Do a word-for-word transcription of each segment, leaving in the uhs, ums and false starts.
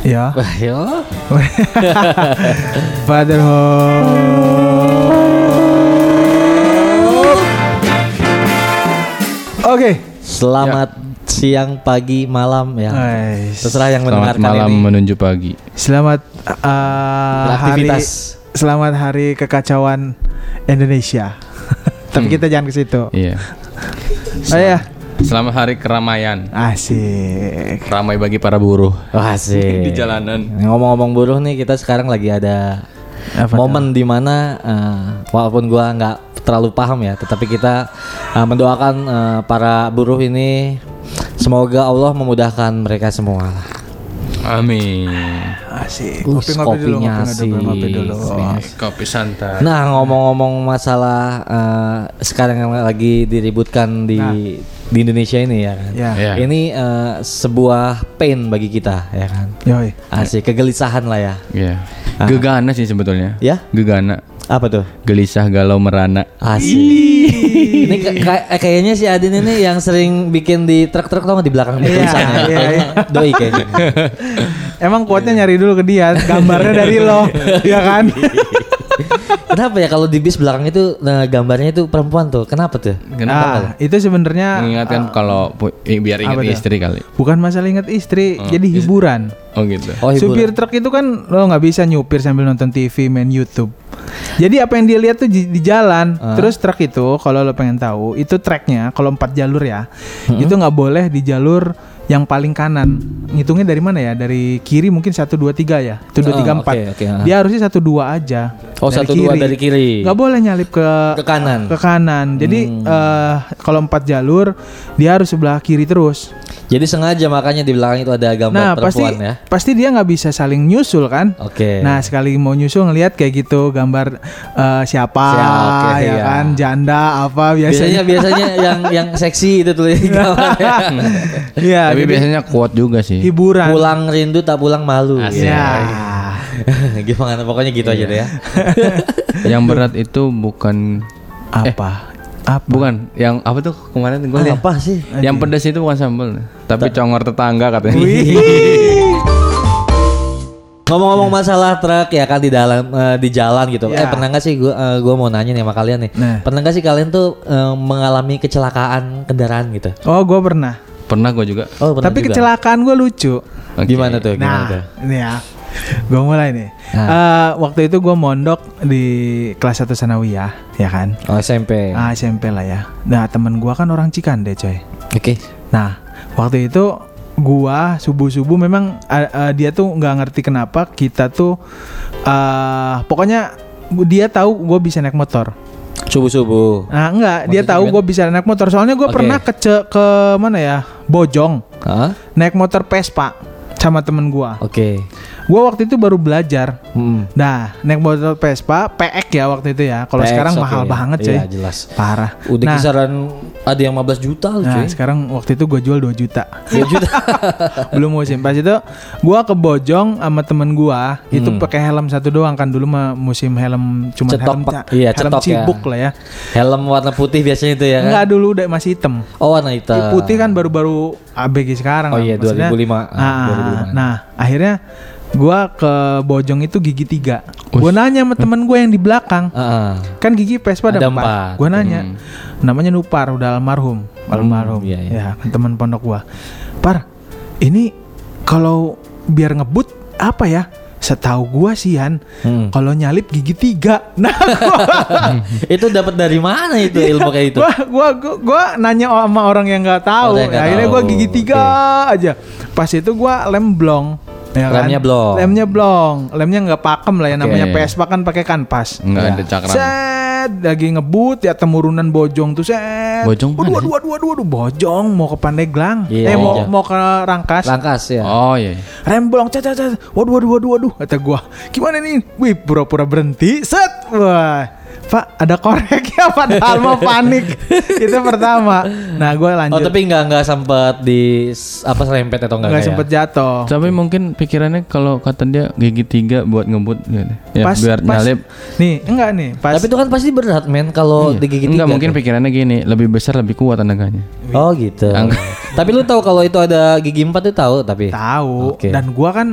Ya. Ayo. Fatherhood. Oke. Selamat ya. Siang, pagi, malam ya. Eish. Terserah yang Selamat mendengarkan malam ini. menuju pagi. Selamat uh, hari Selamat hari kekacauan Indonesia. Tapi hmm. kita jangan ke situ. Iya. Oh ya. Selamat hari keramaian. Asik. Ramai bagi para buruh. Oh, asik. Di jalanan. Ngomong-ngomong buruh nih, kita sekarang lagi ada Apa momen di mana uh, walaupun gua nggak terlalu paham ya, tetapi kita uh, mendoakan uh, para buruh ini semoga Allah memudahkan mereka semua. Amin. Asik. Uh, Ngopi-ngopi dulu, kopinya ngopi dulu, ngopi dulu. Kopi santai. Nah, ngomong-ngomong masalah uh, sekarang yang lagi diributkan di Nah. di Indonesia ini ya kan. Ya. Ya. Ini uh, sebuah pain bagi kita ya kan. Yoi. Asik, kegelisahan lah ya. Iya. Ah. Gegana sih sebetulnya. Ya? Gegana. Apa tuh? Gelisah, galau, merana. Asik. Ini k- k- kayaknya si Adin ini yang sering bikin di truk-truk tau nggak di belakang Iya, tulisannya. iya, iya. Doi kayaknya. Emang quote-nya nyari dulu ke dia, gambarnya dari lo, ya kan? Kenapa ya kalau di bis belakang itu nah, gambarnya itu perempuan tuh? Kenapa tuh? Ah, Kenapa? itu sebenarnya Mengingatkan uh, kalau pu- eh, biar ingat apa tuh? istri kali. bukan masalah ingat istri, Oh, jadi is- hiburan. Oh gitu. Oh, Supir hiburan. truk itu kan lo nggak bisa nyupir sambil nonton T V, main YouTube. Jadi apa yang dia lihat tuh di, di jalan. Ah. Terus truk itu kalau lo pengen tahu, itu tracknya kalau empat jalur ya, Hmm. itu nggak boleh di jalur yang paling kanan. Ngitungnya dari mana ya? Dari kiri mungkin satu dua tiga ya. Itu dua Oh, tiga empat. oke, oke, ah. Dia harusnya satu dua aja. Oh, satu dua dari kiri. Nggak boleh nyalip ke Ke kanan. ke kanan. Jadi Hmm. eh, kalau empat jalur dia harus sebelah kiri terus. Jadi sengaja makanya di belakang itu ada gambar Nah pasti perempuan ya. pasti dia nggak bisa saling nyusul kan. Oke. Nah sekali mau nyusul ngelihat kayak gitu gambar eh, siapa Siap, oke, ya iya. kan, janda apa biasanya biasanya. biasanya yang yang seksi itu tuh gambarnya. Iya. Tapi jadi biasanya quote juga sih. hiburan. Pulang rindu tak pulang malu. Asik. Ya. Gimana pokoknya gitu aja deh ya. Yang berat itu bukan Apa? Apa? bukan yang apa tuh kemarin gue Ah, lihat. apa sih? Yang pedas itu bukan sambal, tapi congor tetangga katanya. Ngomong-ngomong masalah truk ya kan di dalam eh, di jalan gitu. Ya. Eh pernah nggak sih gue uh, gue mau nanya nih sama kalian nih. Nah. Pernah nggak sih kalian tuh eh, mengalami kecelakaan kendaraan gitu? Oh gue pernah. Pernah gue juga. Oh pernah Tapi juga. kecelakaan gue lucu. Oke. Gimana tuh? Gimana Nah tuh? ini ya. Gue mulai nih. Nah. Eh, waktu itu gue mondok di kelas satu Sanawiyah ya kan. Oh S M P. Ah, S M P lah ya. Nah temen gue kan orang Cikande coy. Oke. Nah waktu itu gua subuh-subuh memang uh, uh, dia tuh nggak ngerti kenapa kita tuh uh, pokoknya dia tahu gue bisa naik motor. Subuh-subuh. Nah enggak, dia Maksudnya tahu gimana? gue bisa naik motor. Soalnya gue Oke. pernah ke ke mana ya, Bojong, Hah? naik motor Vespa sama temen gua. Oke. Gua waktu itu baru belajar. Hmm. Nah naik motor Vespa P X ya waktu itu ya. Kalau P X, sekarang oke. mahal banget coy. Iya jelas. Parah. Udah nah, kisaran ada yang lima belas juta loh nah cuy. sekarang waktu itu gue jual dua juta. dua juta. Belum musim. Pas itu gua ke Bojong sama temen gua itu Hmm. pakai helm satu doang kan, dulu mah musim helm cuma Cetok, helm Pak. ca- Iya, helm cetok ya. cibuk lah ya. Helm warna putih biasanya itu ya kan? Enggak, dulu udah masih hitam. Oh warna hitam. Putih kan baru-baru A B G sekarang Oh lah, iya, maksudnya. dua ribu lima. Ah, Ah, dua ribu lima. nah akhirnya gua ke Bojong itu gigi tiga. Gua nanya sama temen gue yang di belakang, Ah, kan gigi Vespa ada Ada empat. empat. Gua nanya, Hmm. namanya Nupar, udah almarhum, almarhum. iya, iya. Ya, kan teman pondok gua. Par, ini kalau biar ngebut apa ya? Setahu gua sih Han, Hmm. kalau nyalip gigi tiga. Nah, itu dapat dari mana itu ilmu kayak itu? gua, gua, gua, gua nanya sama orang yang nggak tahu. Orang yang nggak Akhirnya gua tahu. gigi tiga aja. Pas itu gua lem blong. Ya kan? Lemnya blong. Lemnya blong. Lemnya nggak pakem lah ya, Oke. namanya Vespa kan pakai kanvas. Enggak Ya. ada cakram. Set, lagi ngebut ya temurunan Bojong tuh set. Bojong Waduh, mana waduh, waduh, waduh, waduh, Bojong mau ke Pandeglang. Iya, eh mau iya. mau ke Rangkas. Rangkas ya. Oh iya. Rem bolong, cat, cat, cat. Waduh, waduh, waduh, waduh. Kata gua, gimana nih? Wih, pura-pura berhenti. Set. Wah. Pak, ada korek ya, padahal mau panik. Itu pertama. Nah, gua lanjut. Oh tapi nggak nggak sempat di apa serempet atau nggak? Nggak kayak? sempet jatuh. Tapi mungkin pikirannya kalau kata dia gigi tiga buat ngebut gitu. Ya Pas- biar pas- nyalip. Nih, enggak nih. Pas. Tapi itu kan pasti berat men kalau Iya. digigit Enggak tiga mungkin tuh. pikirannya gini, lebih besar lebih kuat tenaganya. Oh gitu. Ang- Tapi lu tahu kalau itu ada gigi empat tuh tahu tapi. tahu. Oke. Dan gua kan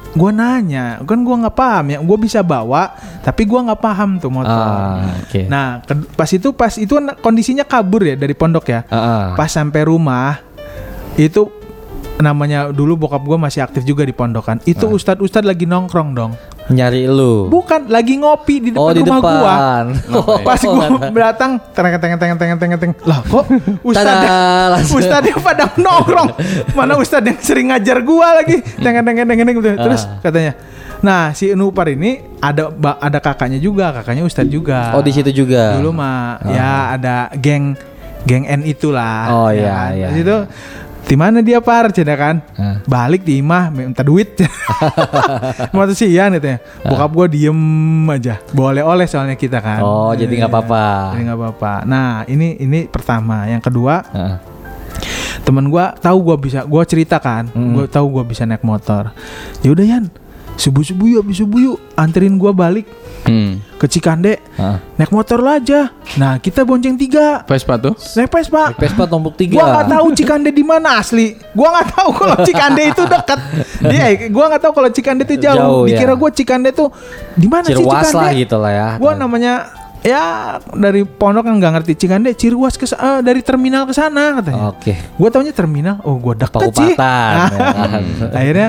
gua nanya, kan gua nggak paham ya, gua bisa bawa, tapi gua nggak paham tuh motor. Ah, oke. Nah, ke- pas itu pas itu kan kondisinya kabur ya dari pondok ya. Ah, ah. Pas sampai rumah itu namanya dulu bokap gua masih aktif juga di pondokan. Itu Ah. ustadz-ustadz lagi nongkrong dong. Nyari lu. Bukan, lagi ngopi di depan Oh, di rumah gua. depan. Pas gua datang, teng teng teng teng teng teng. Lah kok ustadz Tada, langsung. ustadznya pada nongkrong. Mana ustadz yang sering ngajar gua lagi. Teng teng teng teng teng gitu. Terus Ah. katanya, nah si Nupar ini ada ba- ada kakaknya juga, kakaknya ustadz juga. Oh, di situ juga. Dulu mah ya ada geng geng N itulah. Oh, ya iya, kan. iya, Terus itu di mana dia Par, cina kan? Ah. Balik di imah minta duit. Mau tuh sih ya gitu ya. Bokap gua diem aja. Boleh oleh soalnya kita kan. Oh, jadi nggak apa-apa. Jadi nggak apa-apa. Nah, ini ini pertama. Yang kedua, Ah. temen gua tahu gua bisa, gua cerita kan. Hmm. Gua tahu gua bisa naik motor. Ya udah Yan, subuh-subuh yuk, habis subuh yuk, anterin gua balik Hmm. ke Cikande. Ah. Naik motor lo aja. Nah, kita bonceng tiga. Vespa tuh. Naik Vespa. Vespa tombok tiga. Gua nggak tahu Cikande di mana asli. Gua nggak tahu kalau Cikande itu dekat. Dia, gua nggak tahu kalau Cikande itu jauh. Jauh, Dikira ya. gua Cikande tuh di mana sih Cirwas Cikande? lah gitu lah ya. Gua namanya ya dari pondok yang nggak ngerti Cikande, Cirwas ke sa- eh, dari terminal ke sana katanya. Oke. Gua taunya terminal. Oh, gua deket sih. Pakupatan. Nah, ya kan. akhirnya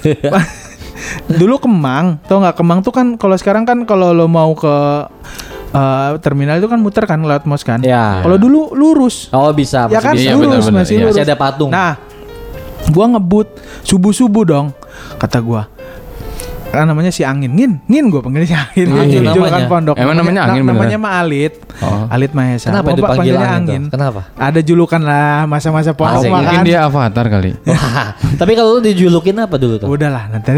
dulu Kemang, tau nggak Kemang tuh kan kalau sekarang kan kalau lo mau ke eh, terminal itu kan muter kan lewat mos kan. Ya. Kalau dulu lurus. Oh, bisa. Ya masih kan bisa. Iya, lurus benar-benar. masih Iya. lurus. Masih ada patung. Nah, gua ngebut subuh-subuh dong, kata gua. Kan namanya si Angin, Ngin, Ngin gua panggilnya si Angin. Angin Julukan namanya. pondok. Emang namanya Angin na- beneran? namanya mah Alit. Oh. Alit Mahesa. Kenapa Gua dipanggil panggilnya angin? tuh? Kenapa? Ada julukan lah masa-masa pondok Asik. mah Mungkin kan. dia avatar kali. Wah, tapi kalau lu dijulukin apa dulu tuh? Udahlah nanti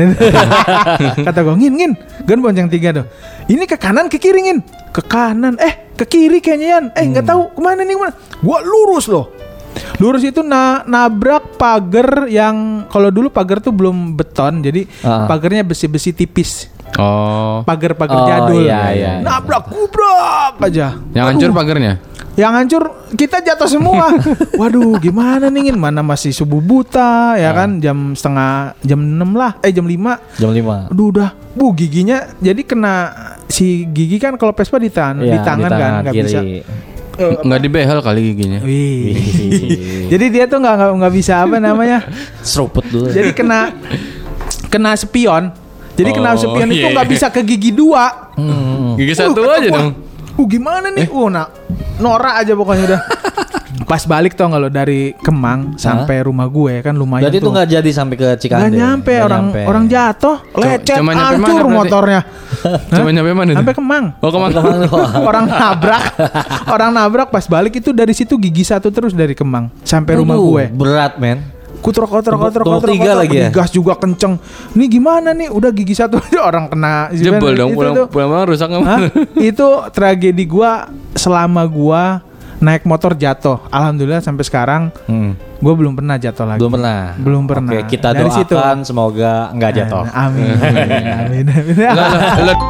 kata gue ngin ngin gan bonceng tiga tuh ini ke kanan ke kiri ngin ke kanan eh ke kiri kayaknya Yan eh nggak tahu kemana nih kemana gua lurus loh lurus itu na nabrak pagar yang kalau dulu pagar tuh belum beton jadi Ah. pagarnya besi-besi tipis Oh. pagar-pagar Oh, jadul iya, iya, iya. nabrak kubrak aja Yang hancur pagarnya. yang hancur kita jatuh semua. Waduh, gimana nih Ngin? Mana masih subuh buta ya kan jam setengah jam enam lah, eh jam lima. Jam lima. Aduh udah, bu giginya jadi kena si gigi kan kalau Vespa di, tan Iya, di tangan kan nggak bisa. Nggak dibehel kali giginya. Wih. Jadi dia tuh nggak nggak nggak bisa apa namanya. Seruput dulu. Jadi kena kena spion. Jadi kena Oh, spion itu iya. nggak bisa ke gigi dua. Hmm. Gigi Uh, satu kata aja gua, dong. Uh gimana nih? Uh nah, norak aja pokoknya udah. Pas balik tau nggak lo dari Kemang sampai rumah gue kan lumayan Berarti itu tuh. nggak jadi sampai ke Cikande. Nggak nyampe Nggak orang nyampe. orang jatuh, lecet, cuma nyampe mana hancur berarti? motornya. Cuma nyampe mana tuh? Sampai Kemang. Oh, kemana? Orang nabrak, orang nabrak pas balik itu dari situ gigi satu terus dari Kemang sampai rumah Waduh, gue. Berat men. Kutrok kotrok Tumpuk- kotrok tumpuk kotrok tiga kotrok, lagi ya? gas juga kenceng. Nih gimana nih? Udah gigi satu aja orang kena Jebol dong, Itu pulang tuh. pulang pulang rusak Hah? nggak? Itu tragedi gua selama gua naik motor jatuh. Alhamdulillah sampai sekarang Hmm. gua belum pernah jatuh lagi. Belum pernah. Belum pernah. Oke, kita Dari doakan situ. semoga nggak jatuh. Amin. Amin. Amin. Lah, lah,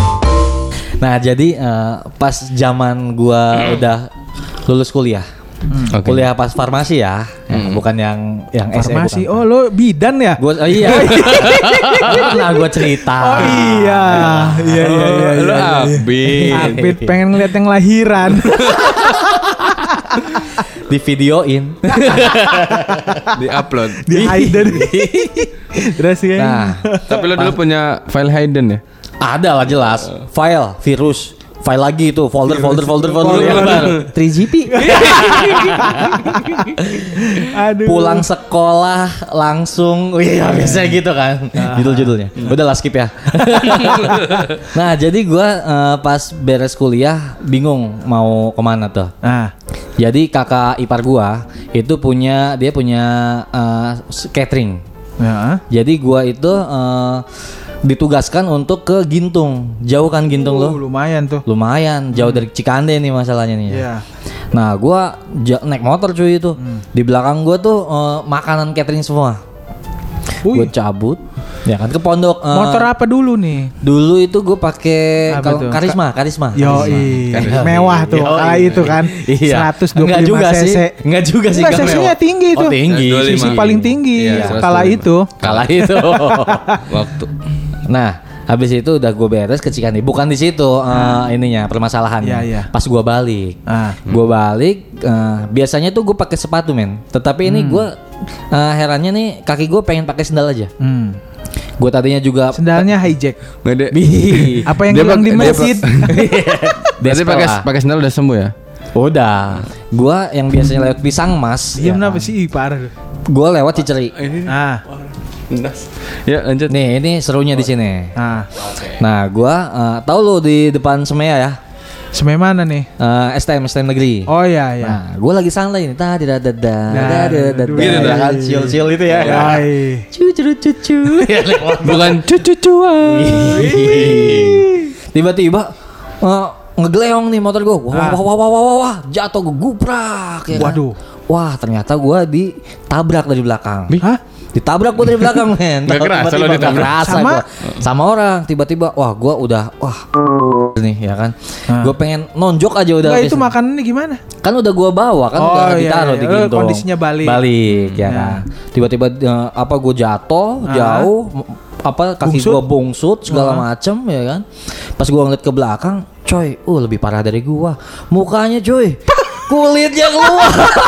Nah, jadi eh, pas zaman gua udah lulus kuliah. Oke. Kuliah pas farmasi ya, Ya, bukan yang yang S E Farmasi. bukan. Oh, lo bidan ya? Gua oh iya. Pernah gua cerita. Oh iya. Iya iya iya. Lu iya, iya. Abid. Abid pengen ngeliat yang lahiran. Di videoin. Di upload. Di hidden. Terus ya. Nah, Tapi lo dulu punya file hidden ya? ada lah jelas. File, virus, file lagi itu, folder, folder, folder, folder, folder. tiga G P. Aduh. Pulang sekolah langsung, wih biasa gitu kan, judul-judulnya. Udah lah skip ya. Nah jadi gue eh, pas beres kuliah bingung mau kemana tuh. Nah, Jadi kakak ipar gue itu punya dia punya eh, catering. ya. Jadi gue itu eh, ditugaskan untuk ke Gintung, jauh kan Gintung Uh, lo? lumayan tuh. Lumayan jauh dari Cikande nih masalahnya nih. Iya. Nah, gua ja- naik motor cuy itu. Hmm. Di belakang gua tuh eh, makanan catering semua. Wih. Gue cabut, Ya kan ke pondok. eh, Motor apa dulu nih? Dulu itu gue pakai Apa kalau tuh? karisma, karisma. Yo, Karisma. mewah tuh. Yoi. Kala itu kan. Iya. seratus dua Enggak puluh juga lima sih. cc. Enggak juga sih. Enggak, enggak cc-nya mewah. tinggi itu. Oh, tinggi. dua puluh lima. Sisi paling tinggi Iya, kala seratus dua puluh lima. itu. Kalah itu. Waktu. Nah, habis itu udah gue beres ke Cikandi. Bukan di situ eh, ininya permasalahannya. Iya, iya. Pas gue balik, Ah. gue balik. eh, biasanya tuh gue pakai sepatu men. Tetapi ini gue eh, herannya nih kaki gue pengen pakai sendal aja. Hmm. Gue tadinya juga Sendalnya hijack. Beda. Bih. Apa yang Dia bilang pak- di dia masjid? Berarti pakai pakai sendal udah sembuh ya? Udah. Gua yang biasanya lewat Pisang Mas. Diam kenapa sih? Ih, parah. Gua lewat Ciceri. Ah, Ya lanjut. Nih, ini serunya di sini. ah. Nah, gua eh, tahu lu di depan Semea ya. Semai mana nih? Eh, S T M S T M negeri. Oh iya iya. Nah, gua lagi santai nih. Tadi dada dada Nah, dada dada. gitu Ya dah. kan siul-siul itu ya. Hai. Cucu cucu. Bukan cucu-cucuan. Tiba-tiba eh, ngegeleong nih motor gua. Wah, Ah. wah, wah, wah, wah, wah, wah, jatuh gua guprak ya kan? Waduh. Wah, ternyata gua ditabrak dari belakang. Hah? Ditabrak gua dari belakang men. Nggak kerasa Tiba-tiba lo nggak ditabrak. kerasa Sama? gua. Sama orang tiba-tiba wah gua udah wah nih ya kan. Ah. Gua pengen nonjok aja udah. Enggak habis. itu makanannya gimana? Kan udah gua bawa kan Oh, udah iya, ditaruh iya. di Oh, gintung. kondisinya balik. Balik ya Hmm. kan. Tiba-tiba eh, apa gua jatuh Ah. jauh m- apa kaki Bungsut? gua bungsut segala Ah. macem ya kan. Pas gua ngeliat ke belakang, coy, uh lebih parah dari gua. Mukanya coy. Kulitnya keluar.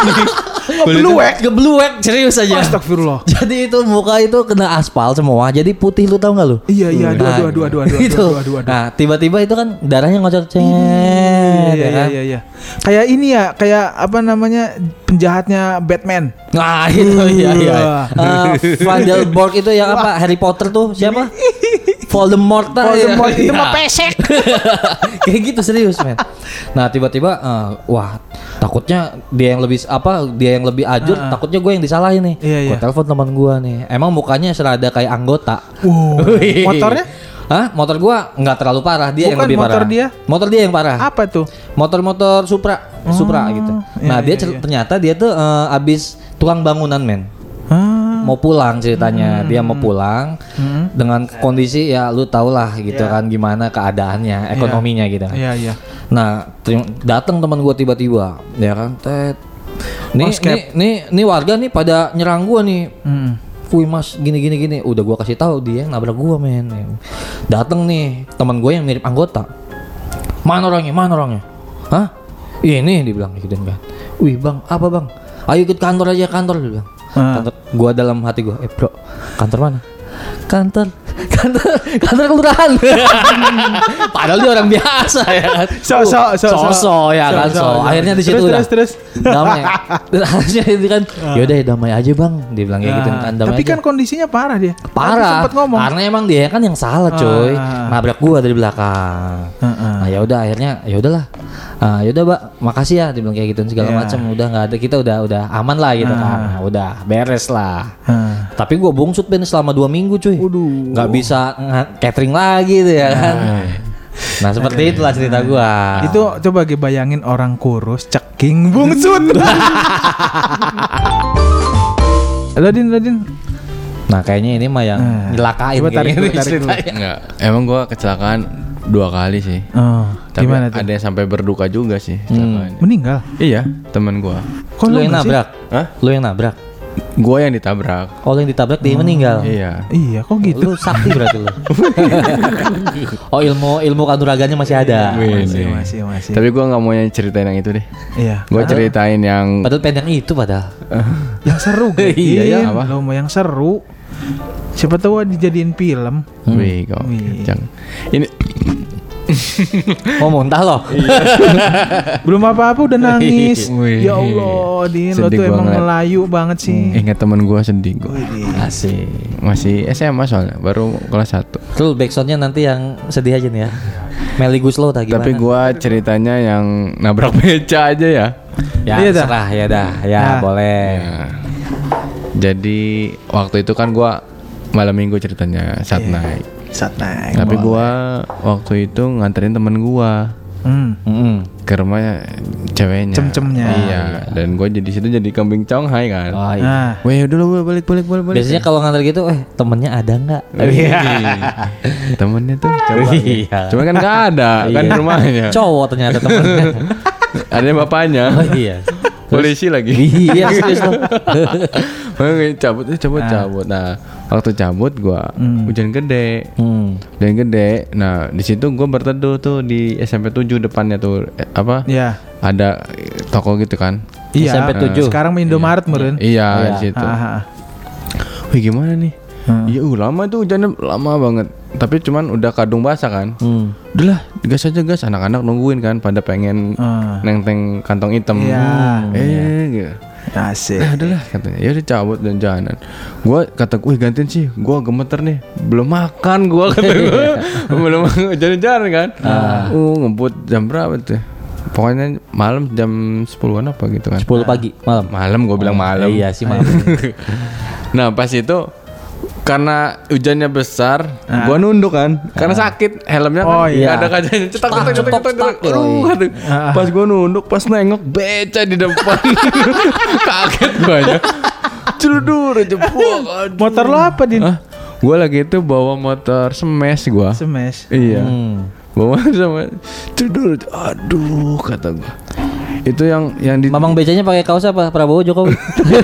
Ngebluek, ngebluek serius aja. Astagfirullah. Jadi itu muka itu kena aspal semua. Jadi putih lu tau gak lu? Iya iya aduh Nah, aduh aduh aduh aduh itu. aduh aduh aduh. Nah tiba-tiba itu kan darahnya ngocor cet, Iya ya iya kan? iya iya. Kayak ini ya, kayak apa namanya penjahatnya Batman. Nah itu iya iya. Wah. Eh, Vandelborg itu yang apa? Harry Potter tuh siapa? Voldemort dah, ya. Voldemort itu mah Iya. pesek. Kayak gitu serius men. Nah tiba-tiba eh, wah takutnya dia yang lebih apa dia yang lebih ajur, Ah. takutnya gue yang disalahin nih. Iya, Gue iya. telepon teman gue nih. Emang mukanya serada kayak anggota. Wow. Wih. Motornya Hah? Motor gua nggak terlalu parah, dia yang Bukan lebih motor parah. dia? Motor dia yang parah. apa tuh? Motor-motor Supra, Supra gitu. iya, Nah, dia iya, cer- iya. ternyata dia tuh eh, abis tukang bangunan, men. Ah. Mau pulang ceritanya, dia mau pulang Hmm. dengan kondisi ya lu tau lah gitu Iya. kan gimana keadaannya, ekonominya gitu kan. Iya iya. Nah, terim- datang teman gua tiba-tiba, ya kan, tet. Nih, Oh, skep. nih, nih, nih warga nih pada nyerang gua nih. Hmm. Wih mas gini gini gini udah gua kasih tahu dia yang nabrak gua men. Dateng nih teman gue yang mirip anggota. Mana orangnya? Mana orangnya? Hah? Ini dibilang gitu kan. Wih bang apa bang? Ayo ikut kantor aja kantor dia bilang. Ah. Kantor. Gua dalam hati gua eh bro kantor mana? Kantor kantor kantor kelurahan. Padahal dia orang biasa ya kan. So, so, so, so. so, ya So, kan so, so. so. Akhirnya di situ Terus, udah terus, terus. damai. Harusnya itu kan yaudah ya damai aja bang. Dia bilang kayak gitu Nah, kan damai tapi aja. kan kondisinya parah dia. Tadi Parah. Sempet ngomong. Karena emang dia kan yang salah, coy. Ah. Nabrak gua dari belakang. Heeh. Nah, ya udah akhirnya ya udahlah. Ah, ya udah, Mbak. Makasih ya dibilang kayak gitu segala Ya. macam. Udah nggak ada kita udah udah aman lah gitu Ah. kan. Nah, udah beres lah. Ah. Tapi gua bungsut Ben selama dua minggu, cuy. Waduh. Nggak bisa nga- catering lagi tuh ya kan. Nah, seperti itulah cerita gua. Itu coba gue bayangin orang kurus ceking bungsut. Halo Din, halo Din. Nah, kayaknya ini mah yang Nah, nyelakain coba tarik kayaknya dulu, nih tarik dulu. ceritanya. Enggak. Emang gua kecelakaan dua kali sih. Oh, Tapi gimana tuh? ada yang sampai berduka juga sih Hmm. kecelakaannya. Meninggal. Iya, teman gua. Kok Lu yang nggak sih? nabrak? Hah? Lu yang nabrak? Gua yang ditabrak. Oh, lu yang ditabrak dia meninggal. Iya. Iya, kok gitu? Lu sakti berarti lu. Oh ilmu ilmu kanuraganya masih ada. Wih, Masih, nih. masih, masih. Tapi gua nggak mau yang ceritain yang itu deh. Iya. Gua ceritain yang Padahal pendek itu padahal. Yang seru. Iya, iya, Din. apa? Lo mau yang seru. Siapa tahu dijadiin film. Wih, kok Wih. kencang. Ini Oh muntah loh. Belum apa-apa udah nangis. Wih. Ya Allah, Din, lo Sedih tuh gua emang ngeliat. Melayu banget sih. ingat temen gua sedih gua. Wih, Asik. Masih S M A soalnya, baru kelas satu. Terus backsoundnya nanti yang sedih aja nih ya. Meli Guslow tak gimana? Tapi gua ceritanya yang nabrak beca aja ya. ya Iya dah. serah ya dah. Ya Nah. boleh. Nah, jadi waktu itu kan gua malam minggu ceritanya saat Iya. naik. Saat naik. Tapi boleh. gua waktu itu nganterin temen gua. Hmm. Mm-mm. ke rumah ceweknya. Cem-cemnya. Iya. Dan gue jadi situ jadi kambing Shanghai kan. Oh, iya. Nah, Weh udah lu balik balik balik balik. Biasanya kalau nganter gitu, eh temennya ada nggak? Iya. Temennya tuh coba. Iya. Cuma kan nggak ada kan Iya. di rumahnya. Cowok ternyata temennya. Ada bapaknya. Oh iya. Polisi lagi. Iya serius loh. Makanya cabut eh, cabut Ah. cabut. Nah, waktu cabut gua Hmm. hujan gede. Hmm. Hujan gede. Nah, di situ gua berteduh tuh di S M P tujuh depannya tuh eh, apa? ya. Ada toko gitu kan. Iya. S M P tujuh. Sekarang Indomaret meren. Iya, Iya. di situ. Ah, ah, ah. Wih, gimana nih? Hmm. Iya, uh, lama tuh hujannya lama banget. Tapi cuman udah kadung basah kan. Hmm. Udahlah, gas aja gas. Anak-anak nungguin kan pada pengen Ah. nenteng kantong hitam. Iya. Eh, gitu. Asik. Eh, udahlah katanya. Ya udah cabut dan jalan. Gua kata gue gantiin sih. Gua gemeter nih. Belum makan gua kata gua. Belum jalan-jalan kan. Uh, ngebut jam berapa tuh? Pokoknya malam jam sepuluhan apa gitu kan. sepuluh pagi malam. Malam gua bilang malam. Iya sih malam. Nah, pas itu karena hujannya besar, gua nunduk kan. Karena sakit helmnya kan Oh, iya. nggak ada kacanya. Cetak cetak cetak Cetok, cetak. cetok. Aduh, Oh, iya. aduh. Pas gua nunduk, pas nengok beca di depan. Kaget guanya. Celudur aja buang. Aduh. Motor lo apa, Din? Hah? Gua lagi itu bawa motor smash gua. Smash. Iya. Hmm. Bawa sama celudur. Aduh, kata gua. Itu yang yang di Mamang becanya pakai kaos apa? Prabowo Jokowi.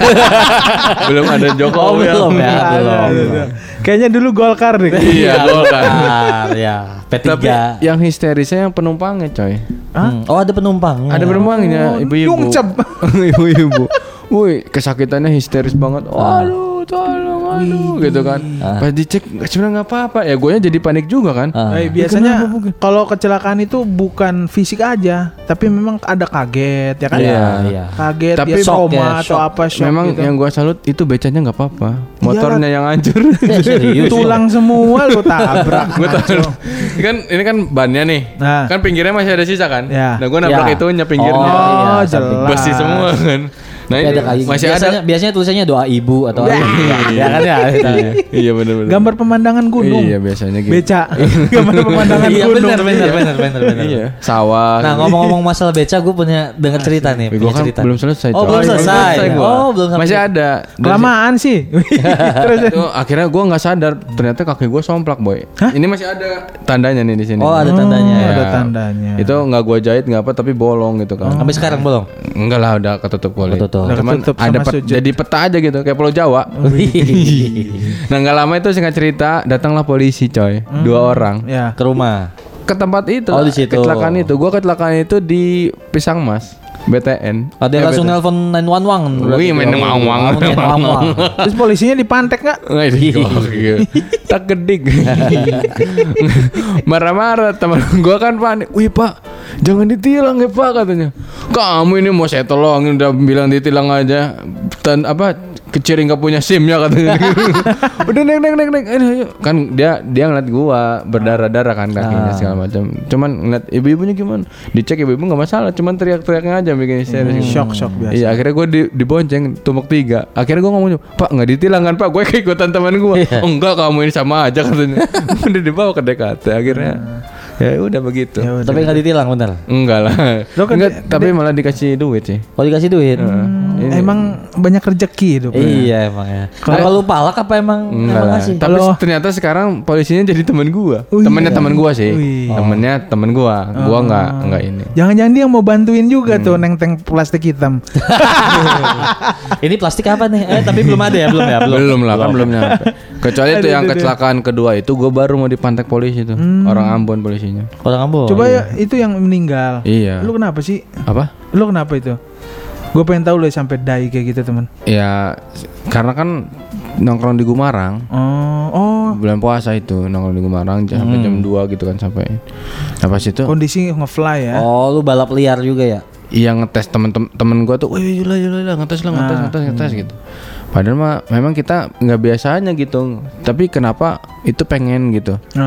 belum ada Jokowi. Oh, belum ya, Ada, belum. ada. belum. Kayaknya dulu Golkar deh. Iya, Golkar. Bentar, ya. P tiga. Tapi yang histerisnya yang penumpangnya, coy. Hmm. Oh ada penumpangnya. Ada penumpangnya, ibu-ibu. Nyungcep. Ibu-ibu. Woi, kesakitannya histeris banget. Waduh, tolong, aduh, gitu kan. Ah. Pas dicek, sebenarnya nggak apa-apa. Ya, gue jadi panik juga kan. Ah. Eh, biasanya kalau kecelakaan itu bukan fisik aja, tapi memang ada kaget ya kan? Iya, iya. Kaget, Tapi dia shock trauma ya, atau shock. apa shock Memang gitu. yang gue salut itu becanya nggak apa-apa. Motornya yang hancur. Eh, serius. Tulang semua lu tabrak. Gue tahu. Kan ini kan bannya nih. Nah. Kan pinggirnya masih ada sisa kan. Ya. Nah, gue nabrak Ya. itunya pinggirnya. Oh, iya, Oh, samping. jelas. Besi semua kan. Nah, Tapi ini ada kayu. masih biasanya, ada. biasanya tulisannya doa ibu atau apa? Ya kan ya. Iya, iya benar-benar. Gambar pemandangan gunung. Iya, biasanya gitu. Beca. Gambar pemandangan Iya gunung. benar benar benar benar benar. Iya, sawah. Nah ngomong-ngomong masalah beca, gue punya dengar cerita nih. Gue Punya kan cerita. belum selesai. Oh coy. belum selesai. gua. Oh belum sampai. Masih ada. Dari Kelamaan sih. Terus situ, akhirnya gue nggak sadar ternyata kaki gue somplak boy. Hah? Ini masih ada tandanya nih di sini. Oh ada tandanya. Oh, ya. ada tandanya. Itu nggak gue jahit nggak apa tapi bolong gitu kan. Sampai sekarang belum. Enggak lah udah ketutup boleh. Ketutup. Udah Cuman ketutup ada sama pet- sujud. jadi peta aja gitu kayak Pulau Jawa. Nah nggak lama itu singkat cerita datanglah polisi coy dua orang Ya. Ke rumah. ke tempat itu Oh, di situ. kecelakaan itu gue kecelakaan itu di Pisang Mas B T N. Ada Eh, langsung B T N. nelpon nine one one. Wih, main ngawang. Terus polisinya dipantek nggak? Nggak di gokil. Tak gedik. Marah-marah teman gue kan panik. Wih pak, jangan ditilang ya pak katanya. Kamu ini mau saya tolongin udah bilang ditilang aja. Dan apa keciri nggak punya SIM ya katanya. Udah neng neng neng neng. Aduh, ayo. Kan dia dia ngeliat gua berdarah-darah kan kakinya segala macam. Cuman ngeliat ibu-ibunya gimana? Dicek ibu-ibu nggak masalah. Cuman teriak-teriaknya aja bikin histeris. Shock shock biasa. Iya akhirnya gue di, dibonceng tumpuk tiga. Akhirnya gue ngomong Pak nggak ditilang kan Pak, gue keikutan teman gue. Iya. Oh, enggak kamu ini sama aja katanya. Udah dibawa ke D K T akhirnya. Ya udah begitu. Ya udah. Tapi nggak ditilang bener. Enggak lah. Lo kan Enggak, di- tapi malah dikasih duit sih. Oh dikasih duit. Ini- Emang banyak rezeki hidup. Iya emang ya. Apa lu palak apa emang Enggak emang lah. ngasih? Tapi Kalau- ternyata sekarang polisinya jadi teman gua. Oh, Temennya iya. teman gua sih. Wih. Temennya teman gua. Gua enggak enggak ini. Jangan-jangan dia mau bantuin juga tuh neng-teng plastik hitam. Ini plastik apa nih? Eh tapi belum ada ya belum ya Belum, lah kan belum nyampe. Kecuali itu Aduh, yang aduh, kecelakaan kedua itu gua baru mau dipantek polisi tuh. Orang Ambon polisinya. Orang Ambon. Coba ya itu yang meninggal. Iya. Lu kenapa sih? Apa? Lu kenapa itu? Gue pengen tahu lu sampai die kayak gitu teman. Ya karena kan nongkrong di Gumarang Oh, oh. bulan puasa itu nongkrong di Gumarang jam- sampai jam dua gitu kan sampai. Nah pas itu Kondisi ngefly ya. Oh lu balap liar juga ya? iya ngetes temen-temen temen gua tuh, wih yula yula yula ngetes lah ngetes Ah, ngetes ngetes gitu. Padahal mah memang kita nggak biasanya gitu. Tapi kenapa itu pengen gitu. Nah,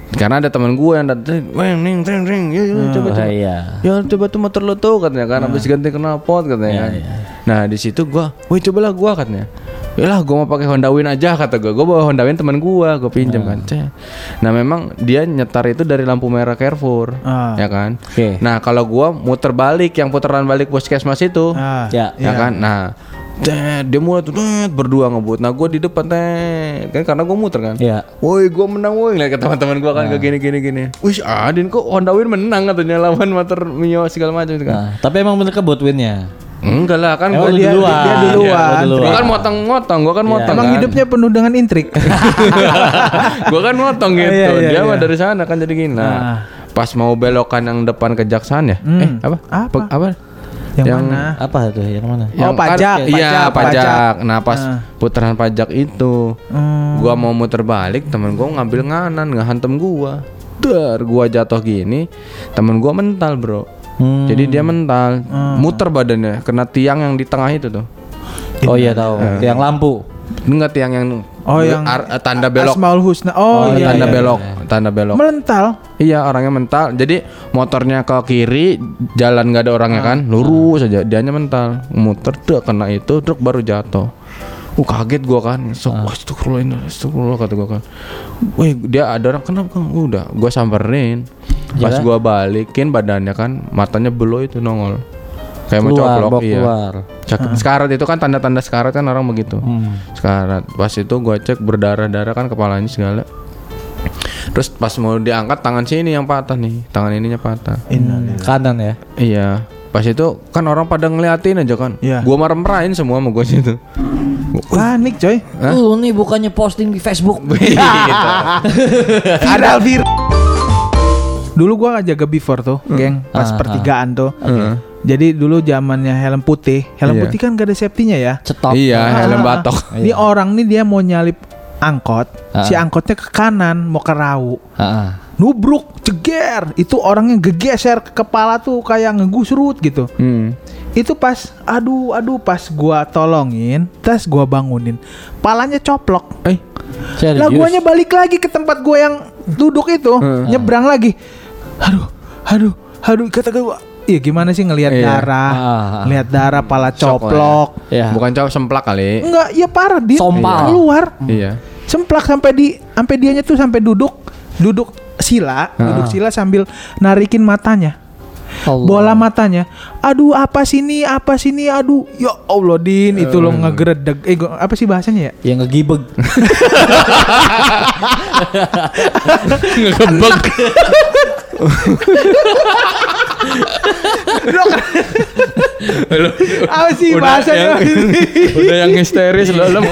Karena ada teman gue yang datang, "Weng, ning, ring, ring, ya, ya, coba coba." Oh, iya. Ya coba tuh motor lo tuh katanya kan habis ganti knalpot katanya Iya, kan. iya. Nah, di situ gua, "Woi, cobalah gua," katanya. "Yalah, gua mau pakai Honda Win aja," kata gua. Gua bawa Honda Win teman gua, gua pinjam kan. Cek. Nah, memang dia nyetar itu dari lampu merah Carrefour, Ah. ya kan? Oke. Nah, kalau gua muter balik yang putaran balik puskesmas itu, Ah, Ya. ya kan? Nah, Tet, dia mulai tuh tet, berdua ngebut. Nah, gue di depan tet, kan karena gue muter kan. Iya. Woi, gue menang woi. Lihat ke teman-teman gue kan ke gini gini gini. Wih, Adin kok Honda Win menang katanya lawan motor Mio segala macam itu kan. Nah, tapi emang bener kebut winnya. Enggak lah kan Emang gue lu dia, duluan. dia duluan. Iya, lu duluan. Gue kan motong-motong, gue kan Iya. motong Emang kan. hidupnya penuh dengan intrik. Gue kan motong gitu. Iya, iya, Dia iya. mah dari sana kan jadi gini. Nah, Ah. pas mau belokan yang depan kejaksaan ya? Hmm. Eh, apa? Apa? Pe- apa? Yang, Yang- mana? Apa tuh? Yang mana? Oh, pajak, kan, iya pajak, pajak, pajak. Nah pas Ah. putaran pajak itu, Hmm. gua mau muter balik, temen gua ngambil nganan, ngehantem gua. Dar, gua jatuh gini, temen gua mental bro. Hmm. Jadi dia mental, muter badannya, kena tiang yang di tengah itu tuh. Oh iya tahu. Yang lampu. Enggak tiang yang Oh, yang ar- tanda belok, Asmaul Husna. Oh, Oh, iya. tanda iya. belok, tanda belok. Melental. Iya orangnya mental. Jadi motornya ke kiri, jalan nggak ada orangnya kan, lurus aja. Dianya mental, muter tuh kena itu, truk baru jatuh. Uh kaget gua kan, so, wah astagfirullah ini, astagfirullah kata gua kan. Wih dia ada orang kenapa kan? Udah, gua samperin. Pas Iya. gua balikin badannya kan, matanya belo itu nongol. Kayak mau Keluar, coplok, bawa iya. keluar. Cak- Sekarat itu kan tanda-tanda sekarat kan orang begitu. Hmm. Sekarat. Pas itu gua cek berdarah-darah kan kepalanya segala. Terus pas mau diangkat tangan sini yang patah nih, tangan ininya patah. Kanan ya. Iya. Pas itu kan orang pada ngeliatin aja kan. Iya. Gua marah-marahin semua sama gua situ. Panik coy. Lu nih bukannya posting di Facebook. Viral vir. Dulu gua jaga before tuh, geng, pas Ah, pertigaan tuh. Heeh. Jadi dulu zamannya helm putih. Helm Iya. putih kan gak ada safety-nya ya. Cetok. Iya, helm Ah, batok. Ini orang nih dia mau nyalip angkot, Ah. si angkotnya ke kanan mau ke Rau. Heeh. Nubruk, ceger. Itu orangnya gegeser ke kepala tuh kayak ngegusrut gitu. Hmm. Itu pas aduh aduh pas gua tolongin, terus gua bangunin. Palanya coplok. Eh, Serius. Lah guanya balik lagi ke tempat gua yang duduk itu, nyebrang lagi. Aduh, aduh, aduh kata gua, iya gimana sih ngelihat Iya. darah, Ah. ngelihat darah pala Shock lah coplok. Ya. bukan cowok semplak kali. Enggak, iya parah dia Sompal. keluar. Iya. Semplak sampai di sampai dianya tuh sampai duduk duduk sila, duduk sila sambil narikin matanya. Allah. Bola matanya. Aduh, apa sini? Apa sini? Aduh, ya Allah Din, itu lo ngegeredeg. Eh, gua- apa sih bahasanya ya? Yang ngegibeg. Ngebek. Apa sih bahasanya? Udah yang histeris lo lo.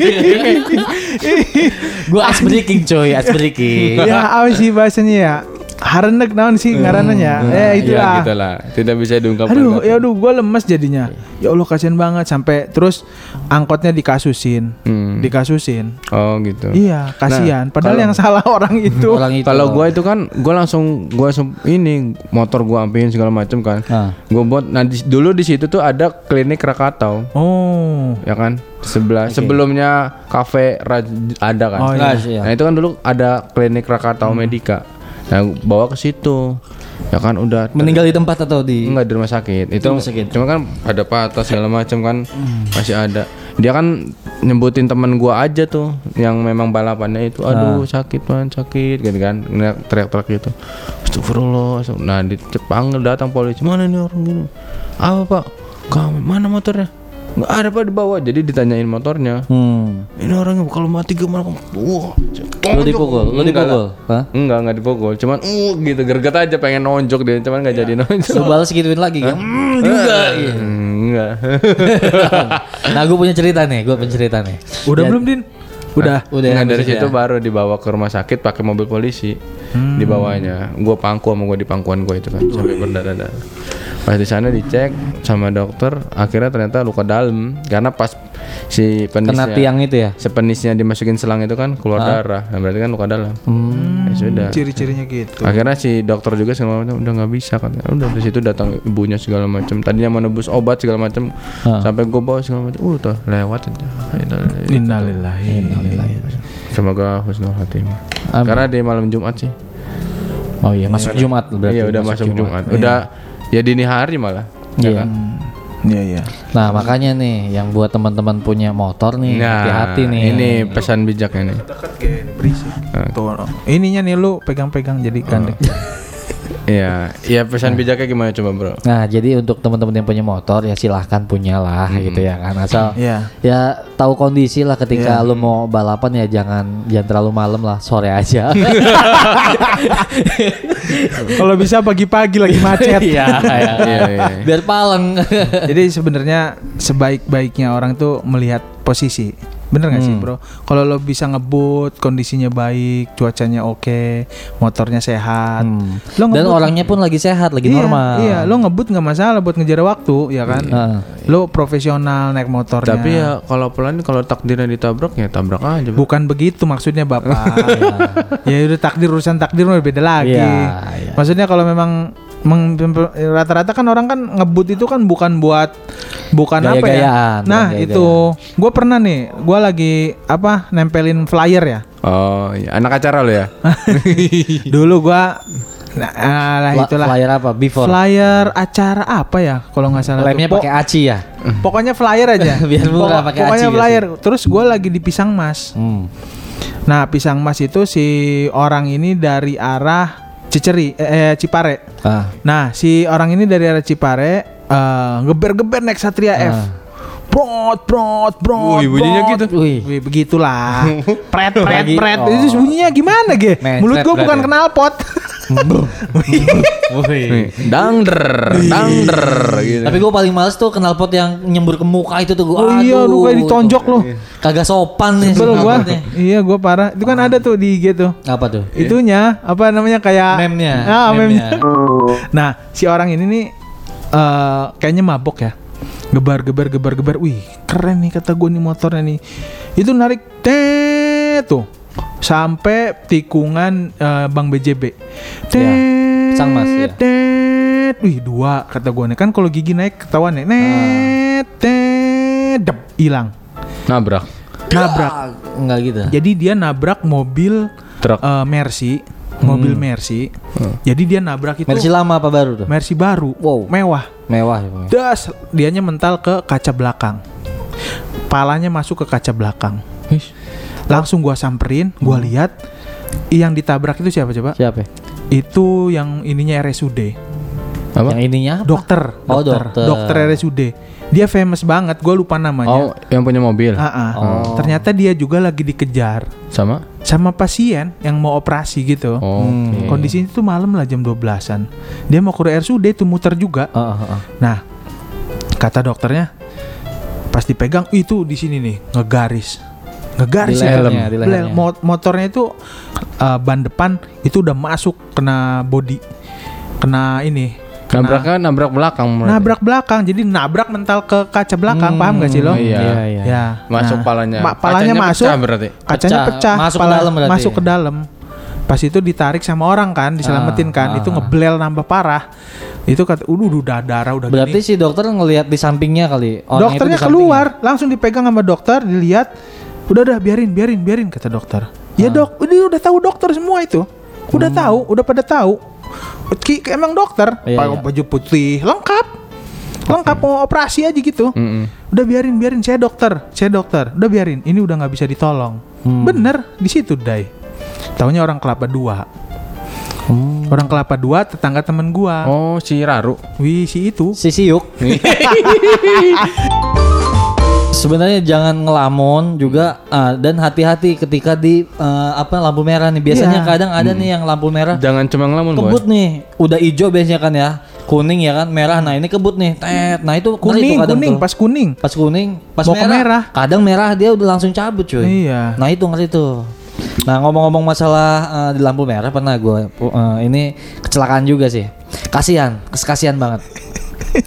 Gua ice breaking coy, ice breaking. Ya, apa sih bahasanya ya? Harenek naon sih ngarananya? Eh, itulah. Ya gitulah. Tidak bisa diungkapkan. Aduh, ya aduh, gue lemes jadinya. Ya Allah, kasihan banget sampai terus angkotnya dikasusin, Hmm. dikasusin. Oh gitu. Iya, kasihan. Nah, Padahal kalau- yang salah orang itu. Orang itu. Kalau gua itu kan gua langsung gua langsung ini motor gua ampiin segala macam kan. Ah. Gua buat nah di- dulu di situ tuh ada klinik Krakatau, Oh, ya kan? Sebelah sebelumnya kafe Raj- ada kan. Oh, iya. Ras, iya. Nah, itu kan dulu ada klinik Krakatau Medika. Nah, bawa ke situ. Ya kan udah Meninggal di tempat atau di enggak di rumah sakit. Itu rumah sakit. cuma kan ada patah segala macam kan masih ada. Dia kan nyebutin teman gua aja tuh yang memang balapannya itu aduh sakit man sakit gitu kan. Teriak- Teriak-teriak gitu. Astagfirullah. astagfirullah. Nah, dipanggil datang polisi. Mana nih orang gini? Apa, Pak? Kamu mana motornya? Nggak ada Pak di bawah. Jadi ditanyain motornya. Hmm. Ini orangnya kalau mati gimana? Wah. Lu dipukul, lu Enggak dipukul. lah. Hah? Enggak, enggak dipukul. Cuman uh gitu gerget aja pengen nonjok dia, cuman enggak jadi nonjok. Lu balas gituin lagi kan? Hmm, juga. Iya. Hmm, enggak. Nah, gue punya cerita nih, gue punya cerita nih. udah Ya- belum Din? Udah. Udah. Nah, dari maksudnya. situ baru dibawa ke rumah sakit pakai mobil polisi. Dibawanya. Gua pangku sama gua di pangkuan gua itu kan sampai berdarah-darah. Pas di sana dicek sama dokter, akhirnya ternyata luka dalam karena pas si Kena penisnya tiang itu ya. sepenisnya dimasukin selang itu kan keluar darah. Nah, berarti kan luka dalam. Hmm. Ya sudah. Ciri-cirinya gitu. Akhirnya si dokter juga segala macam udah nggak bisa kan. Udah dari situ datang ibunya segala macam. Tadinya mau nebus obat segala macam. Ah. Sampai gue bawa segala macam. Uh tuh lewat aja. Innalillahi. Semoga husnul khatimah. Amin. Karena di malam Jumat sih. Oh iya, masuk Jumat berarti. Iya udah masuk Jumat. Udah ya dini hari malah. Ya Iya. kan? Iya, iya. Nah, makanya nih yang buat teman-teman punya motor nih, Nah, hati-hati nih. ini pesan bijaknya nih. Dekat kayak berisik. Tuh, no. Ininya nih lu pegang-pegang jadi gandeng. Iya, iya pesan bijaknya gimana coba bro? Nah, jadi untuk teman-teman yang punya motor ya silahkan punyalah gitu ya kan. Asal Iya. ya tahu kondisi lah ketika Iya. lu mau balapan ya jangan jangan terlalu malam lah, sore aja. Kalau bisa pagi-pagi lagi macet. Iya, iya. Iya, iya. Biar paleng. Jadi sebenarnya sebaik-baiknya orang tuh melihat posisi. Bener gak sih bro? Kalau lo bisa ngebut, kondisinya baik, cuacanya oke, motornya sehat. Hmm. Lo Dan ngebut- orangnya pun lagi sehat, lagi iya, normal. Iya, lo ngebut nggak masalah buat ngejar waktu, ya kan? Heeh. Lo profesional naik motornya. Tapi ya kalau pelan kalau takdirnya ditabrak ya tabrak aja. Bro. Bukan begitu maksudnya bapak. Ya udah takdir urusan takdir udah beda lagi. Iya, iya. Maksudnya kalau memang meng- rata-rata kan orang kan ngebut itu kan bukan buat bukan apa ya? Gaya-gayaan, Nah bukan itu gue pernah nih, gue lagi apa nempelin flyer ya. Oh, iya. Anak acara lo ya? Dulu gue, nah lah Fla- itulah. Flyer apa? Before. Flyer acara apa ya? Kalau nggak salah. tuh. Lemnya Po- pakai aci ya. Pokoknya flyer aja. Biar murah pakai Pokoknya aci gitu. flyer. Terus gue lagi di Pisang Mas. Hmm. Nah, Pisang Mas itu si orang ini dari arah Ciceri, eh, eh, Cipare. Ah. Nah, si orang ini dari arah Cipare eh, geber-geber naik Satria F. Ah. Brot, brot, brot. Wih, bunyinya brot. gitu? Wih. Wih, begitulah. Pret, pret, Lagi- pret. oh. Itu bunyinya gimana, Ge? Men, Mulut pret, gua pret bukan ya? knalpot. Nih, dangder, dangder gitu. Tapi gue paling males tuh knalpot yang nyembur ke muka itu tuh gue. Oh iya, lu kayak ditonjok itu. lu. Kagak sopan nih. Sebel gua. knalpotnya. Iya, gua parah. Itu kan ada tuh di I G tuh. Apa tuh? Itunya apa namanya kayak Meme-nya, Ah, meme-nya. meme-nya. Nah, si orang ini nih eh kayaknya mabok ya. Gebar gebar gebar gebar. Wih, keren nih kata gue nih motornya nih. Itu narik tet tuh sampai tikungan eh, Bang B J B. Tet. Sang Mas, ya. Tet. Wih, dua kata gue nih. Kan kalau gigi naik ketahuan ya. Net tet dep hilang. Nabrak Nabrak. Ah, enggak gitu. Jadi dia nabrak mobil truk. eh, Mercy, mobil Mercy. Jadi dia nabrak itu Mercy lama apa baru tuh? Mercy baru, Wow. mewah. Mewah ya, Bang. Das, dianya mental ke kaca belakang. Palanya masuk ke kaca belakang. Langsung gua samperin, gua lihat yang ditabrak itu siapa coba? Siapa? Itu yang ininya R S U D. Apa? Yang ininya apa? Dokter, Oh, dokter, dokter. dokter R S U D. Dia famous banget, gua lupa namanya. Oh, yang punya mobil. Ah, ah. Oh. Ternyata dia juga lagi dikejar Sama? sama pasien yang mau operasi gitu. Oh, Hmm. oke. Kondisinya itu malam lah jam dua belasan. Dia mau ke R S U D tuh muter juga. Oh, oh, oh. Nah, kata dokternya pas dipegang itu di sini nih ngegaris. Ngegaris Di ya. lehernya, di Bel- lehernya. mo- motornya itu uh, ban depan itu udah masuk kena body. Kena ini. Kena Nabraknya nabrak belakang. berarti. nabrak belakang. Jadi nabrak mental ke kaca belakang, Hmm, paham gak sih lo? iya. Iya, iya. Ya. Masuk nah, palanya. ma- palanya Kacanya masuk. pecah berarti. Kacanya Pecah. pecah, Masuk ke pala- dalam berarti. masuk ke dalam. Pas itu ditarik sama orang kan, diselamatin kan, Ah, itu ah. ngeblel nambah parah. Itu kata, udah udah darah udah Berarti gini. si dokter ngelihat di sampingnya kali. Orang Dokternya itu di sampingnya. keluar, langsung dipegang sama dokter, dilihat, udah udah biarin, biarin, biarin kata dokter. Ya Ah. dok, udah udah tahu dokter semua itu, udah Hmm. tahu, udah pada tahu. Ki, emang dokter, Iya, pakai iya. baju putih, lengkap, lengkap mau operasi aja gitu. Mm-mm. Udah biarin, biarin, saya dokter, saya dokter, udah biarin, ini udah nggak bisa ditolong. Hmm. Bener di situ Dai. Taunya orang Kelapa Dua. Hmm. Orang Kelapa Dua tetangga temen gua. Oh, si Raru. Wih si itu. Si siuk. Sebenarnya jangan ngelamun juga ah, dan hati-hati ketika di eh, apa lampu merah nih. Biasanya Iya. kadang ada nih yang lampu merah Jangan cuma ngelamun, boy. kebut nih. Udah hijau biasanya kan ya. Kuning ya kan, merah. Nah, ini kebut nih. Tet. Nah, itu ngeri tuh Kuning, kadang kuning, tuh. pas kuning. Pas kuning, pas Mau ke merah. merah. Kadang merah dia udah langsung cabut, cuy. Iya. Nah, itu ngeri tuh. Nah, ngomong-ngomong masalah eh, di lampu merah pernah gue ini kecelakaan juga sih. Kasihan, kes- kasihan banget.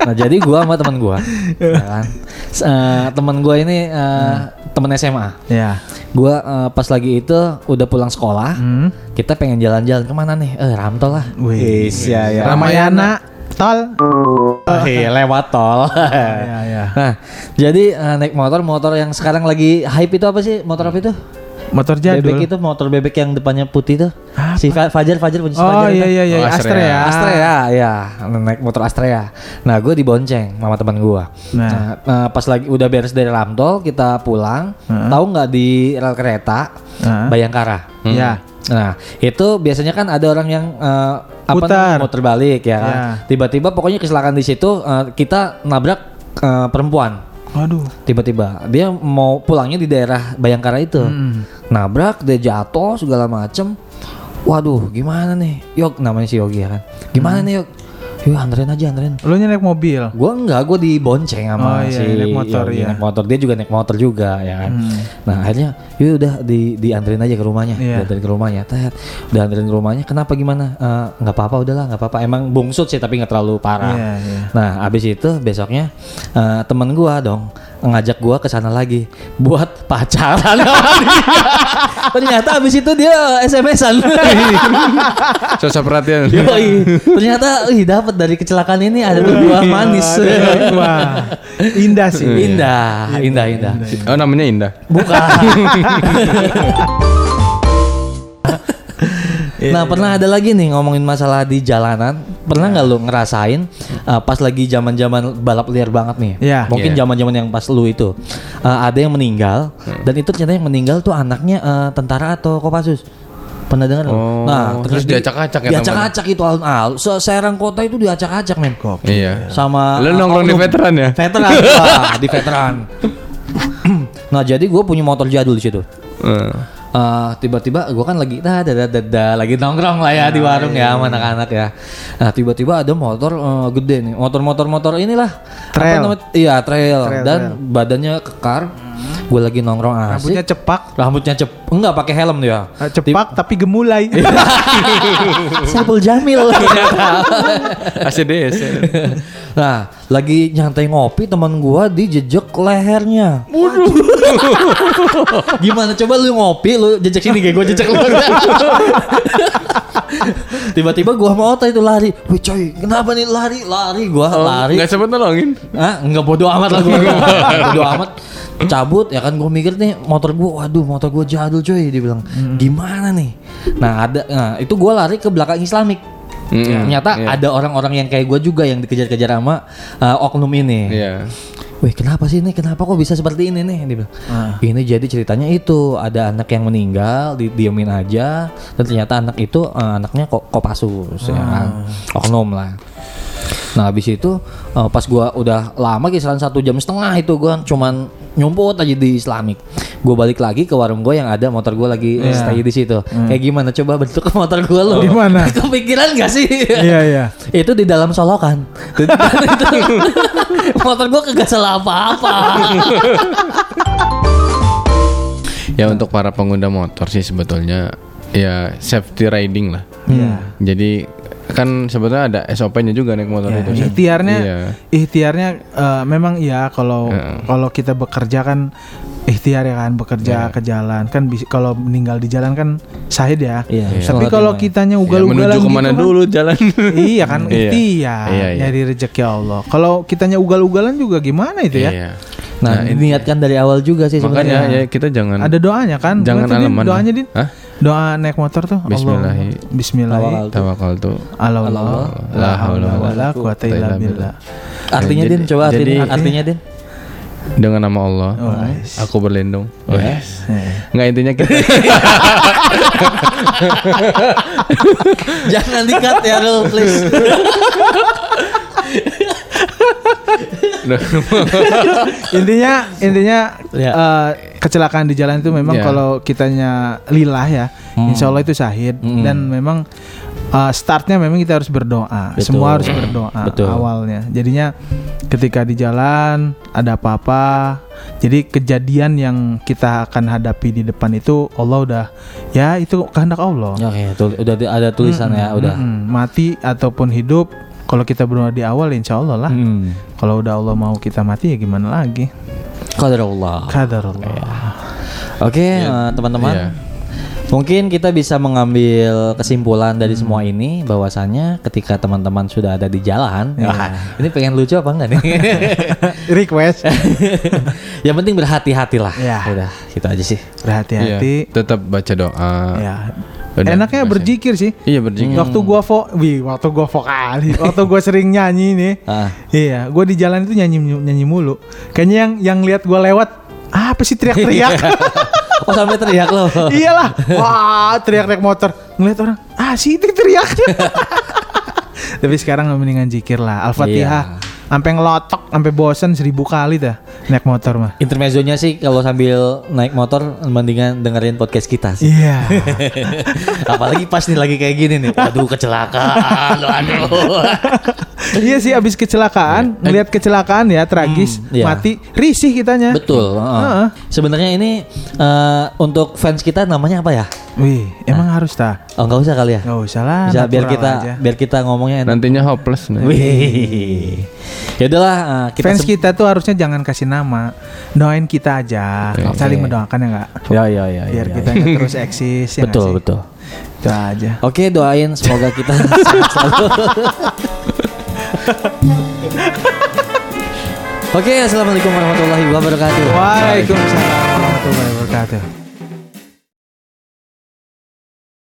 Nah jadi gua sama teman gua, ya kan. S- eh, teman gua ini eh, temen S M A. Ya. Gua eh, pas lagi itu udah pulang sekolah, Hmm. kita pengen jalan-jalan kemana nih? Eh Ramtol lah. Wih. Is, ya, ya. Ramayana, tol. Oh, iya, lewat tol. Ya, ya. Nah, jadi eh, naik motor, motor yang sekarang lagi hype itu apa sih? Motor apa itu? Motor jadul. Bebek itu, motor bebek yang depannya putih tuh. Si Fa- Fajar, Fajar punya si Oh Fajar iya itu. iya iya, Oh, Astrea. Astrea. Astrea, ya, naik motor Astrea. Nah, gue dibonceng sama teman gue. Nah. Nah, eh, pas lagi udah beres dari Ramtol, kita pulang. Heeh. Tahu nggak di rel kereta Heeh. Bayangkara? Ya. Nah, itu biasanya kan ada orang yang eh, apa Putar. namanya, muter balik ya kan. Ya. Tiba-tiba pokoknya kecelakaan di situ, eh, kita nabrak eh, perempuan. Waduh. Tiba-tiba dia mau pulangnya di daerah Bayangkara itu, Hmm. nabrak, dia jatuh segala macem. Waduh, gimana nih? Yok, namanya si Yogi ya kan. Gimana nih Yok? Yuk anterin aja, anterin. Lu nya naik mobil. Gua enggak, gua dibonceng Oh, sama iya, si naik motor, Yogi, iya. naik motor. Dia juga naik motor juga ya kan. Hmm. Nah akhirnya, yuk udah di dianterin aja ke rumahnya, Iya. dianterin ke rumahnya. Tet, udah anterin ke rumahnya. Kenapa gimana? Eh, nggak apa-apa, udahlah, nggak apa-apa. Emang bungsut sih, tapi nggak terlalu parah. Iya, iya. Nah, abis itu besoknya eh, temen gua dong ngajak gua ke sana lagi buat pacaran sama dia. Ternyata abis itu dia S M S-an. Sosok perhatian. Yoi. Ternyata ih dapat dari kecelakaan ini ada buah manis. Wah. Indah sih. Indah, indah, indah. Oh namanya Indah. Bukan. Nah pernah ada lagi nih ngomongin masalah di jalanan. Pernah nggak lu ngerasain uh, pas lagi zaman-zaman balap liar banget nih? Iya. Mungkin Iya. zaman-zaman yang pas lu itu uh, ada yang meninggal dan itu ternyata yang meninggal tuh anaknya uh, tentara atau Kopassus. Pernah dengar? nggak? Oh, nah terus di- diacak-acak ya Diacak-acak itu alun-alun. Se- Serang kota itu diacak-acak men. Iya. Sama Lu uh, nongkrong di oknum. veteran ya? Veteran, wah, di veteran. Nah jadi gue punya motor jadul di situ. Eh. Eh, tiba-tiba gue kan lagi dah dah dah dah lagi nongkrong lah ya di warung ya sama anak-anak ya. Nah tiba-tiba ada motor eh, gede nih, motor-motor motor inilah. Trail. Apa namanya? Iya trail. Trail, Dan trail. badannya kekar. Gue lagi nongkrong asik. Rambutnya cepak. Rambutnya cep, enggak pakai helm dia. Eh, Cepak tapi gemulai. Saiful Jamil. A C D S. Nah, lagi nyantai ngopi teman gua dijejek lehernya. Gimana coba lu ngopi lu jejek sini kayak gua jejek lu. Tiba-tiba gua sama Ota itu lari. Wih coy, kenapa nih lari? Lari gua lari. Enggak sempat nolongin. Ah, enggak bodo amat lah gua. Bodo amat. Cabut ya kan gua mikir nih motor gua, waduh motor gua jadul coy, dia bilang. Gimana nih? Nah, ada nah itu gua lari ke belakang Islamik. Mm-mm. Ternyata Iya. ada orang-orang yang kayak gue juga yang dikejar-kejar sama uh, oknum ini. Iya. Wih kenapa sih ini? Kenapa kok bisa seperti ini nih? Dia bilang. Ini jadi ceritanya itu ada anak yang meninggal, didiemin aja, dan ternyata anak itu uh, anaknya kok Kopassus ya kan, oknum lah. Nah habis itu uh, pas gua udah lama kisaran satu jam setengah itu gua cuman nyumput aja di Islamik. Gue balik lagi ke warung gue yang ada motor gue lagi Iya. stay di situ. Kayak gimana coba bentuk motor gue lo? Gimana? Kepikiran gak sih? Iya iya. Itu di dalam solokan. Itu- motor gue kagak salah apa-apa. Ya untuk para pengguna motor sih sebetulnya ya safety riding lah. Iya. Jadi kan sebetulnya ada S O P-nya juga naik motor Ya, itu. ikhtiarnya, Iya. ikhtiarnya eh, memang ya kalau Heeh. kalau kita bekerja kan ikhtiar ya kan bekerja Iya. ke jalan kan bis- kalau meninggal di jalan kan syahid ya. Iya, Tapi sholat kalau lima. kitanya Ya, ugal-ugalan menuju kemana gitu kan, dulu jalan? iya kan Iya. ikhtiar Iya, iya. nyari rezeki Allah. Kalau kitanya ugal-ugalan juga gimana itu ya? Iya. Nah, diniatkan dari awal juga sih Makanya sebenarnya. ya kita jangan Ada doanya kan? Jangan Gimana tuh, Din? aleman. Doanya Din. Hah? Doa naik motor tuh. Bismillahi. Allah. Bismillahi. tawakal tuh. Allah Allah. la haula wala quwata illa billah. Artinya Jadi- Din, coba artinya, jadi- artinya Din. Dengan nama Allah, Oh, nice. aku berlindung. Yes. Nggak intinya kita Jangan di-cut ya Rul, please. intinya intinya Ya. eh, kecelakaan di jalan itu memang Ya. kalau kitanya lillah ya, insya Allah itu syahid Hmm. dan memang eh, startnya memang kita harus berdoa. Betul. Semua harus berdoa Betul. awalnya. Jadinya ketika di jalan ada apa-apa, jadi kejadian yang kita akan hadapi di depan itu Allah udah ya itu kehendak Allah. Oke, tul- udah di- ada tulisan ya, udah. Mm-mm. Mati ataupun hidup Kalau kita berdoa di awal insya Allah lah. Hmm. Kalau udah Allah mau kita mati ya gimana lagi? Qadarullah. Qadarullah. Oke, eh, teman-teman. Iya. Mungkin kita bisa mengambil kesimpulan dari semua ini bahwasannya ketika teman-teman sudah ada di jalan, wah, ini pengen lucu apa enggak nih? Request. Yang penting berhati-hatilah. Ya. Udah, gitu aja sih. Berhati-hati. Iya, tetap baca doa. Ya. Udah, Enaknya baca. berzikir sih. Iya berzikir. Waktu gua vo, wih, waktu gua vokal, waktu gua sering nyanyi nih. Ah. Iya, gua di jalan itu nyanyi nyanyi mulu. Kayaknya yang yang lihat gua lewat, ah, apa sih teriak-teriak? Oh, sampai teriak loh. Iyalah, wah, teriak-teriak motor. Ngeliat orang, ah, si itu teriak. Tapi sekarang mendingan zikir lah, Al-Fatihah. Sampai ngelotok, sampai bosen seribu kali dah naik motor mah. Intermezzonya sih kalau sambil naik motor mendingan dengerin podcast kita sih. Iya. Apalagi pas nih lagi kayak gini nih. Aduh, kecelakaan. Aduh. Iya sih, abis kecelakaan, ngelihat kecelakaan ya tragis, iya. mati, risih kitanya. Betul. heeh. Heeh. Sebenarnya ini eh, untuk fans kita namanya apa ya? Wih, emang harus ta? Oh, nggak usah kali ya. Gak usah lah. Bisa biar natural kita aja. biar kita ngomongnya enak. Nantinya hopeless nih. Wih. Ya udahlah, eh, kita Fans se- kita tuh harusnya jangan kasih nama, doain kita aja, Oke. saling Oke. mendoakan ya nggak? Ya ya ya. Biar ya, kita ya. nggak terus eksis. Ya nggak Betul sih? betul. Itu aja. Oke, doain semoga kita sehat selalu. Oke, assalamualaikum warahmatullahi wabarakatuh. Waalaikumsalam warahmatullahi wabarakatuh.